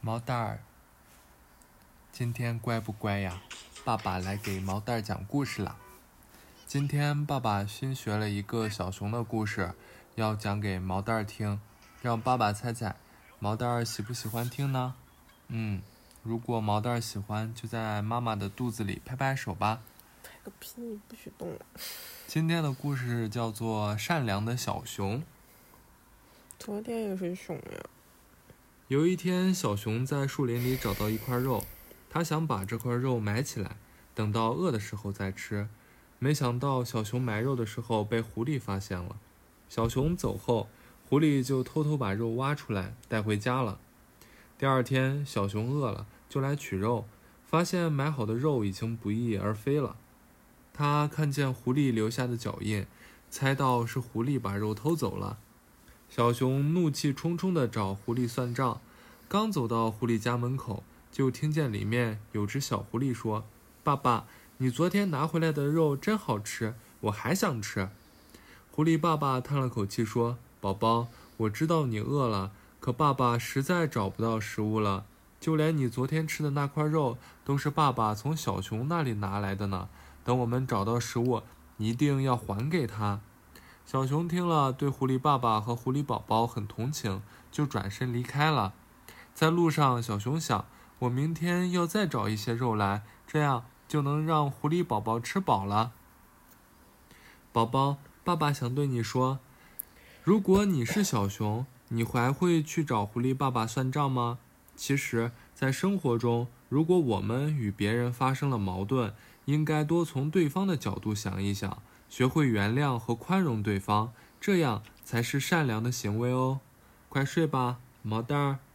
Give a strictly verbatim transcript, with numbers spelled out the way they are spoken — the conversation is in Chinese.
毛蛋儿，今天乖不乖呀？爸爸来给毛蛋儿讲故事了。今天爸爸新学了一个小熊的故事，要讲给毛蛋儿听，让爸爸猜猜，毛蛋儿喜不喜欢听呢？嗯，如果毛蛋儿喜欢，就在妈妈的肚子里拍拍手吧。 拍个屁，你不许动了。 今天的故事叫做《善良的小熊》。 昨天也是熊呀。 有一天，小熊在树林里找到一块肉，他想把这块肉埋起来，等到饿的时候再吃。没想到小熊埋肉的时候被狐狸发现了。小熊走后，狐狸就偷偷把肉挖出来带回家了。第二天，小熊饿了，就来取肉，发现埋好的肉已经不翼而飞了。他看见狐狸留下的脚印，猜到是狐狸把肉偷走了。小熊怒气冲冲地找狐狸算账，刚走到狐狸家门口，就听见里面有只小狐狸说：“爸爸，你昨天拿回来的肉真好吃，我还想吃。”狐狸爸爸叹了口气说：“宝宝，我知道你饿了，可爸爸实在找不到食物了，就连你昨天吃的那块肉都是爸爸从小熊那里拿来的呢。等我们找到食物，一定要还给他。”小熊听了，对狐狸爸爸和狐狸宝宝很同情，就转身离开了。在路上，小熊想，我明天要再找一些肉来，这样就能让狐狸宝宝吃饱了。宝宝，爸爸想对你说，如果你是小熊，你还会去找狐狸爸爸算账吗？其实，在生活中，如果我们与别人发生了矛盾，应该多从对方的角度想一想，学会原谅和宽容对方，这样才是善良的行为哦。快睡吧，毛蛋儿。